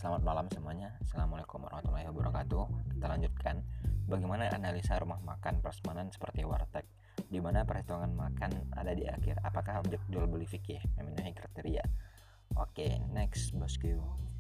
Selamat malam semuanya. Assalamualaikum warahmatullahi wabarakatuh. Kita lanjutkan bagaimana analisa rumah makan prasmanan seperti warteg, di mana perhitungan makan ada di akhir. Apakah objek jual beli fikih memenuhi kriteria? Oke, next bosku.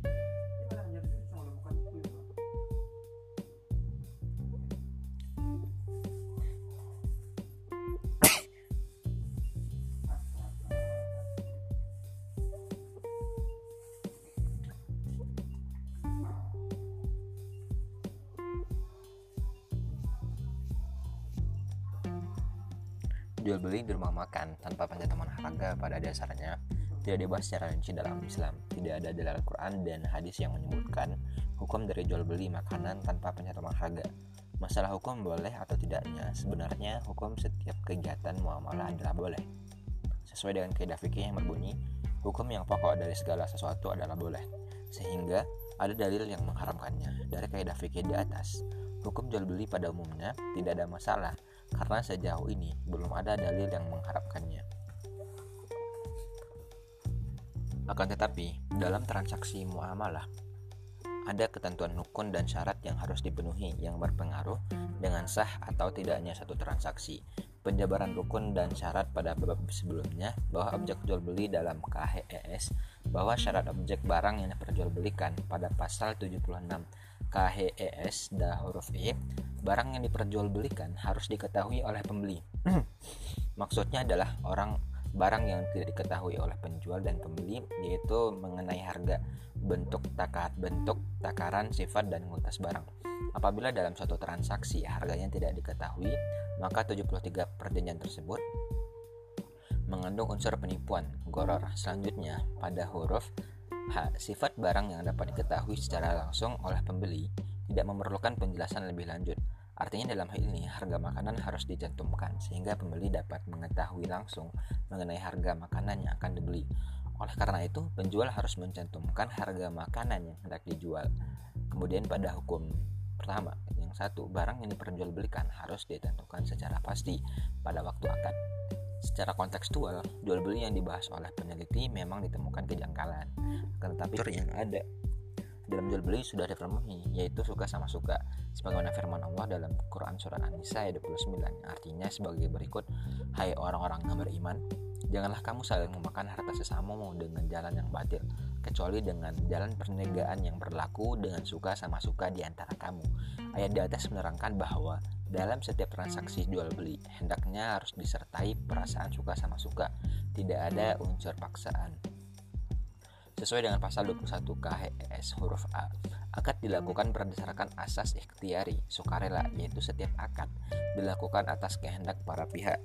Jual beli di rumah makan tanpa pencantuman harga pada dasarnya tidak dibahas secara rinci dalam Islam. Tidak ada dalil Quran dan hadis yang menyebutkan hukum dari jual beli makanan tanpa pencantuman harga. Masalah hukum boleh atau tidaknya, sebenarnya hukum setiap kegiatan muamalah adalah boleh. Sesuai dengan kaidah fikih yang berbunyi, hukum yang pokok dari segala sesuatu adalah boleh. Sehingga ada dalil yang mengharamkannya. Dari kaidah fikih di atas, hukum jual beli pada umumnya tidak ada masalah, karena sejauh ini belum ada dalil yang mengharapkannya. Akan tetapi, dalam transaksi muamalah ada ketentuan rukun dan syarat yang harus dipenuhi yang berpengaruh dengan sah atau tidaknya satu transaksi. Penjabaran rukun dan syarat pada bab sebelumnya bahwa objek jual beli dalam KHES, bahwa syarat objek barang yang diperjualbelikan pada pasal 76 KHES huruf E, barang yang diperjualbelikan harus diketahui oleh pembeli. Maksudnya adalah barang yang tidak diketahui oleh penjual dan pembeli, yaitu mengenai harga, bentuk takaran, sifat, dan kualitas barang. Apabila dalam suatu transaksi harganya tidak diketahui, maka 73 perjanjian tersebut mengandung unsur penipuan, gharar. Selanjutnya, pada huruf H, sifat barang yang dapat diketahui secara langsung oleh pembeli tidak memerlukan penjelasan lebih lanjut. Artinya dalam hal ini harga makanan harus dicantumkan sehingga pembeli dapat mengetahui langsung mengenai harga makanan yang akan dibeli. Oleh karena itu, penjual harus mencantumkan harga makanan yang hendak dijual. Kemudian pada hukum pertama, yang satu, barang yang diperjualbelikan harus ditentukan secara pasti pada waktu akad. Secara kontekstual, jual beli yang dibahas oleh peneliti memang ditemukan kejanggalan. Akan tetapi yang ada dalam jual beli sudah dipenuhi, yaitu suka sama suka, sebagaimana firman Allah dalam Quran surat An-Nisa ayat 29, artinya sebagai berikut: hai orang-orang yang beriman, janganlah kamu saling memakan harta sesamamu dengan jalan yang batil, kecuali dengan jalan perniagaan yang berlaku dengan suka sama suka di antara kamu. Ayat di atas menerangkan bahwa dalam setiap transaksi jual beli hendaknya harus disertai perasaan suka sama suka, tidak ada unsur paksaan. Sesuai dengan pasal 21 KHES huruf A, akad dilakukan berdasarkan asas ikhtiari, sukarela, yaitu setiap akad dilakukan atas kehendak para pihak,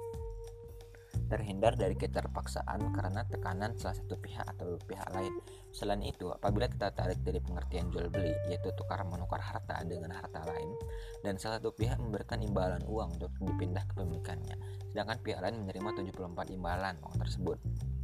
terhindar dari keterpaksaan karena tekanan salah satu pihak atau pihak lain. Selain itu, apabila kita tarik dari pengertian jual beli, yaitu tukar-menukar harta dengan harta lain, dan salah satu pihak memberikan imbalan uang untuk dipindah kepemilikannya, sedangkan pihak lain menerima 74 imbalan uang tersebut,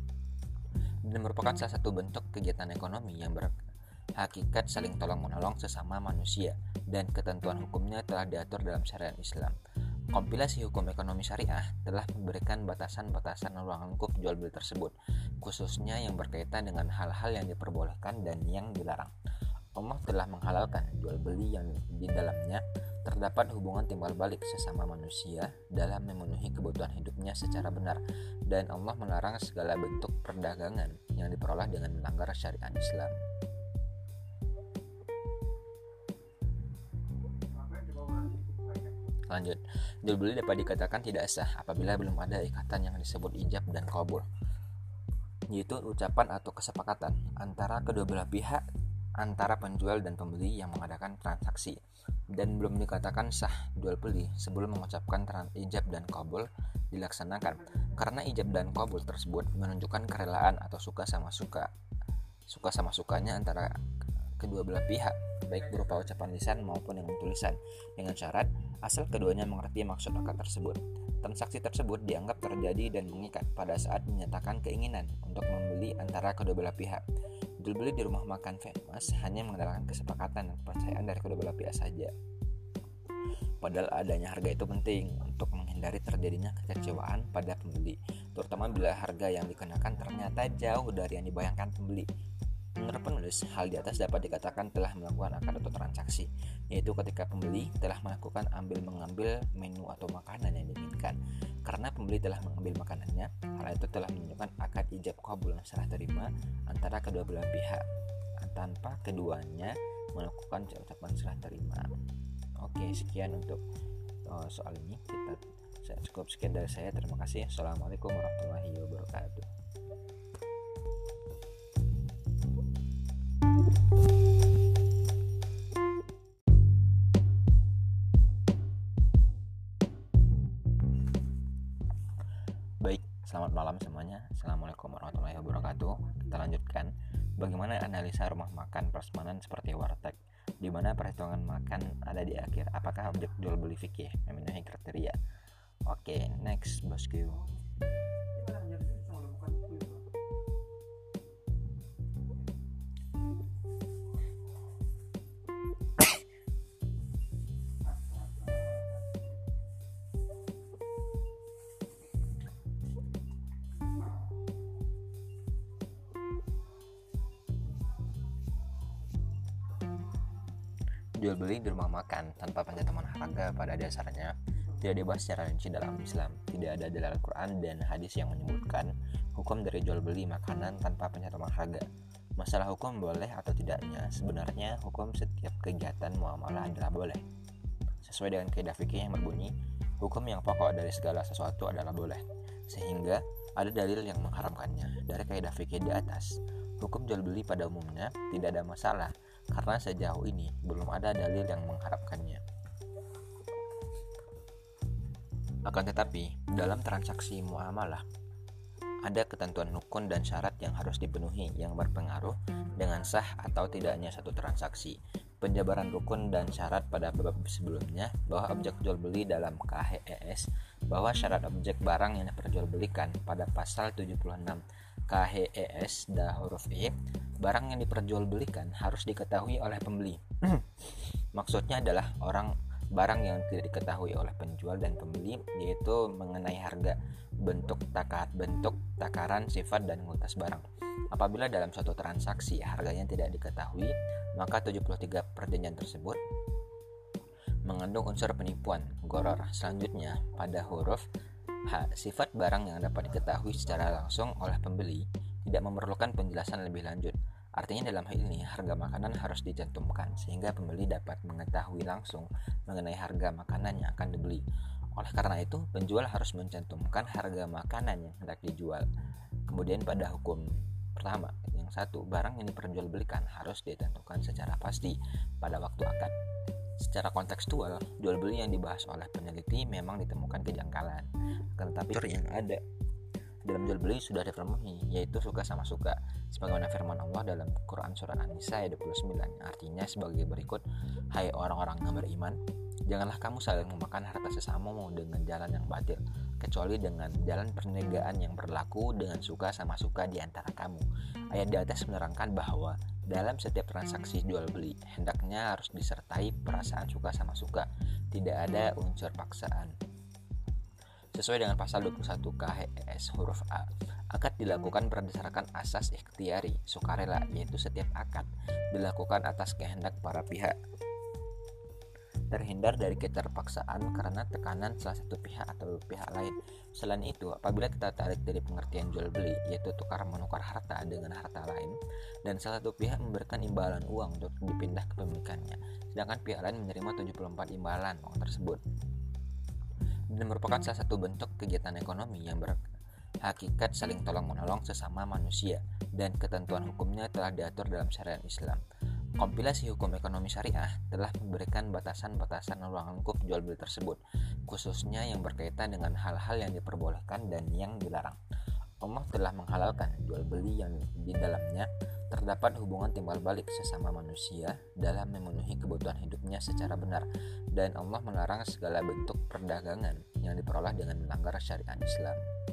dan merupakan salah satu bentuk kegiatan ekonomi yang berhakikat saling tolong-menolong sesama manusia, dan ketentuan hukumnya telah diatur dalam syariat Islam. Kompilasi hukum ekonomi syariah telah memberikan batasan-batasan ruang lingkup jual beli tersebut, khususnya yang berkaitan dengan hal-hal yang diperbolehkan dan yang dilarang. Allah telah menghalalkan jual beli yang di dalamnya terdapat hubungan timbal balik sesama manusia dalam memenuhi kebutuhan hidupnya secara benar, dan Allah melarang segala bentuk perdagangan yang diperoleh dengan melanggar syariat Islam. Lanjut, jual beli dapat dikatakan tidak sah apabila belum ada ikatan yang disebut ijab dan qabul, yaitu ucapan atau kesepakatan antara kedua belah pihak, antara penjual dan pembeli yang mengadakan transaksi, dan belum dikatakan sah jual beli sebelum mengucapkan ijab dan qabul dilaksanakan, karena ijab dan qabul tersebut menunjukkan kerelaan atau suka sama sukanya antara kedua belah pihak, baik berupa ucapan lisan maupun dengan tulisan, dengan syarat asal keduanya mengerti maksud akad tersebut. Transaksi tersebut dianggap terjadi dan mengikat pada saat menyatakan keinginan untuk membeli antara kedua belah pihak. Jual beli di rumah makan famous hanya mengandalkan kesepakatan dan kepercayaan dari kedua belah pihak saja. Padahal adanya harga itu penting untuk menghindari terjadinya kekecewaan pada pembeli, terutama bila harga yang dikenakan ternyata jauh dari yang dibayangkan pembeli. Menurut penulis, hal di atas dapat dikatakan telah melakukan akad atau transaksi, yaitu ketika pembeli telah melakukan ambil-mengambil menu atau makanan yang diinginkan. Karena pembeli telah mengambil makanannya, hal itu telah menunjukkan akad ijab qabul serah terima antara kedua belah pihak, tanpa keduanya melakukan ucapan serah terima. Oke, sekian untuk soal ini. Cukup sekian dari saya. Terima kasih. Assalamualaikum warahmatullahi wabarakatuh. Baik, selamat malam semuanya. Assalamualaikum warahmatullahi wabarakatuh. Kita lanjutkan. Bagaimana analisa rumah makan prasmanan seperti warteg, di mana perhitungan makan ada di akhir? Apakah objek jual beli fikih memenuhi kriteria? Oke, next bosku. Jual beli di rumah makan tanpa pencantuman harga pada dasarnya tidak dibahas secara rinci dalam Islam. Tidak ada dalil Al-Quran dan hadis yang menyebutkan hukum dari jual beli makanan tanpa pencantuman harga. Masalah hukum boleh atau tidaknya, sebenarnya hukum setiap kegiatan muamalah adalah boleh. Sesuai dengan kaidah fikih yang berbunyi, hukum yang pokok dari segala sesuatu adalah boleh, sehingga ada dalil yang mengharamkannya. Dari kaidah fikih di atas, hukum jual beli pada umumnya tidak ada masalah, karena sejauh ini belum ada dalil yang mengharapkannya. Akan tetapi, dalam transaksi muamalah ada ketentuan rukun dan syarat yang harus dipenuhi yang berpengaruh dengan sah atau tidaknya satu transaksi. Penjabaran rukun dan syarat pada bab sebelumnya bahwa objek jual beli dalam KHES, bahwa syarat objek barang yang diperjualbelikan pada pasal 76 KHES huruf E, barang yang diperjualbelikan harus diketahui oleh pembeli. Maksudnya adalah barang yang tidak diketahui oleh penjual dan pembeli, yaitu mengenai harga, bentuk takaran, sifat dan kualitas barang. Apabila dalam suatu transaksi harganya tidak diketahui, maka 73 perjanjian tersebut mengandung unsur penipuan, gharar. Selanjutnya, pada huruf H, sifat barang yang dapat diketahui secara langsung oleh pembeli tidak memerlukan penjelasan lebih lanjut. Artinya dalam hal ini harga makanan harus dicantumkan sehingga pembeli dapat mengetahui langsung mengenai harga makanan yang akan dibeli. Oleh karena itu, penjual harus mencantumkan harga makanan yang hendak dijual. Kemudian pada hukum pertama, yang satu, barang yang diperjualbelikan harus ditentukan secara pasti pada waktu akad. Secara kontekstual, jual beli yang dibahas oleh peneliti memang ditemukan kejanggalan. Tetapi yang ada dalam jual beli sudah dipenuhi, yaitu suka sama suka, sebagaimana firman Allah dalam Quran surah An-Nisa ayat 29, artinya sebagai berikut: hai orang-orang yang beriman, janganlah kamu saling memakan harta sesamamu dengan jalan yang batil, kecuali dengan jalan perniagaan yang berlaku dengan suka sama suka di antara kamu. Ayat di atas menerangkan bahwa dalam setiap transaksi jual beli hendaknya harus disertai perasaan suka sama suka, tidak ada unsur paksaan. Sesuai dengan pasal 21 KHES huruf A, akad dilakukan berdasarkan asas ikhtiari, sukarela, yaitu setiap akad dilakukan atas kehendak para pihak, terhindar dari keterpaksaan karena tekanan salah satu pihak atau pihak lain. Selain itu, apabila kita tarik dari pengertian jual beli, yaitu tukar menukar harta dengan harta lain, dan salah satu pihak memberikan imbalan uang untuk dipindah kepemilikannya, sedangkan pihak lain menerima 74 imbalan uang tersebut, dan merupakan salah satu bentuk kegiatan ekonomi yang berhakikat saling tolong-menolong sesama manusia, dan ketentuan hukumnya telah diatur dalam syariat Islam. Kompilasi hukum ekonomi syariah telah memberikan batasan-batasan ruang lingkup jual beli tersebut, khususnya yang berkaitan dengan hal-hal yang diperbolehkan dan yang dilarang. Allah telah menghalalkan jual beli yang di dalamnya terdapat hubungan timbal balik sesama manusia dalam memenuhi kebutuhan hidupnya secara benar, dan Allah melarang segala bentuk perdagangan yang diperoleh dengan melanggar syariat Islam.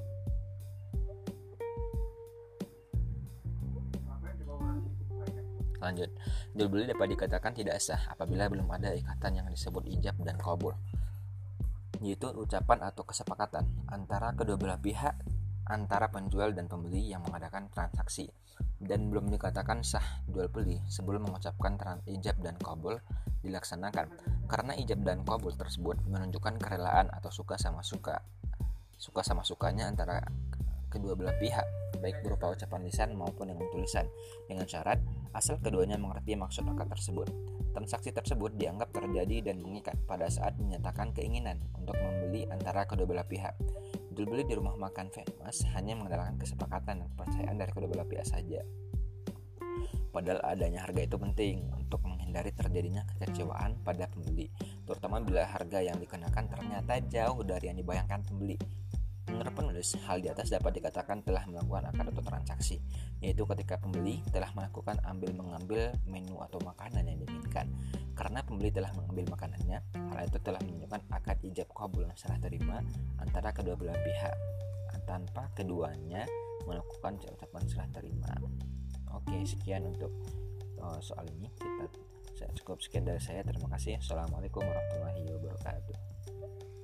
Lanjut, jual beli dapat dikatakan tidak sah apabila belum ada ikatan yang disebut ijab dan qabul, yaitu ucapan atau kesepakatan antara kedua belah pihak antara penjual dan pembeli yang mengadakan transaksi, dan belum dikatakan sah jual beli sebelum mengucapkan ijab dan qabul dilaksanakan, karena ijab dan qabul tersebut menunjukkan kerelaan atau suka sama sukanya antara kedua belah pihak, baik berupa ucapan lisan maupun dengan tulisan, dengan syarat asal keduanya mengerti maksud akad tersebut. Transaksi tersebut dianggap terjadi dan mengikat pada saat menyatakan keinginan untuk membeli antara kedua belah pihak. Jual beli di rumah makan famous hanya mengandalkan kesepakatan dan kepercayaan dari kedua belah pihak saja. Padahal adanya harga itu penting untuk menghindari terjadinya kekecewaan pada pembeli, terutama bila harga yang dikenakan ternyata jauh dari yang dibayangkan pembeli. Menurut penulis, hal di atas dapat dikatakan telah melakukan akad atau transaksi, yaitu ketika pembeli telah melakukan ambil-mengambil menu atau makanan yang diinginkan. Karena pembeli telah mengambil makanannya, hal itu telah menunjukkan akad ijab qabul dan serah terima antara kedua belah pihak, tanpa keduanya melakukan ucapan serah terima. Oke, sekian untuk soal ini. Cukup sekian dari saya. Terima kasih. Assalamualaikum warahmatullahi wabarakatuh.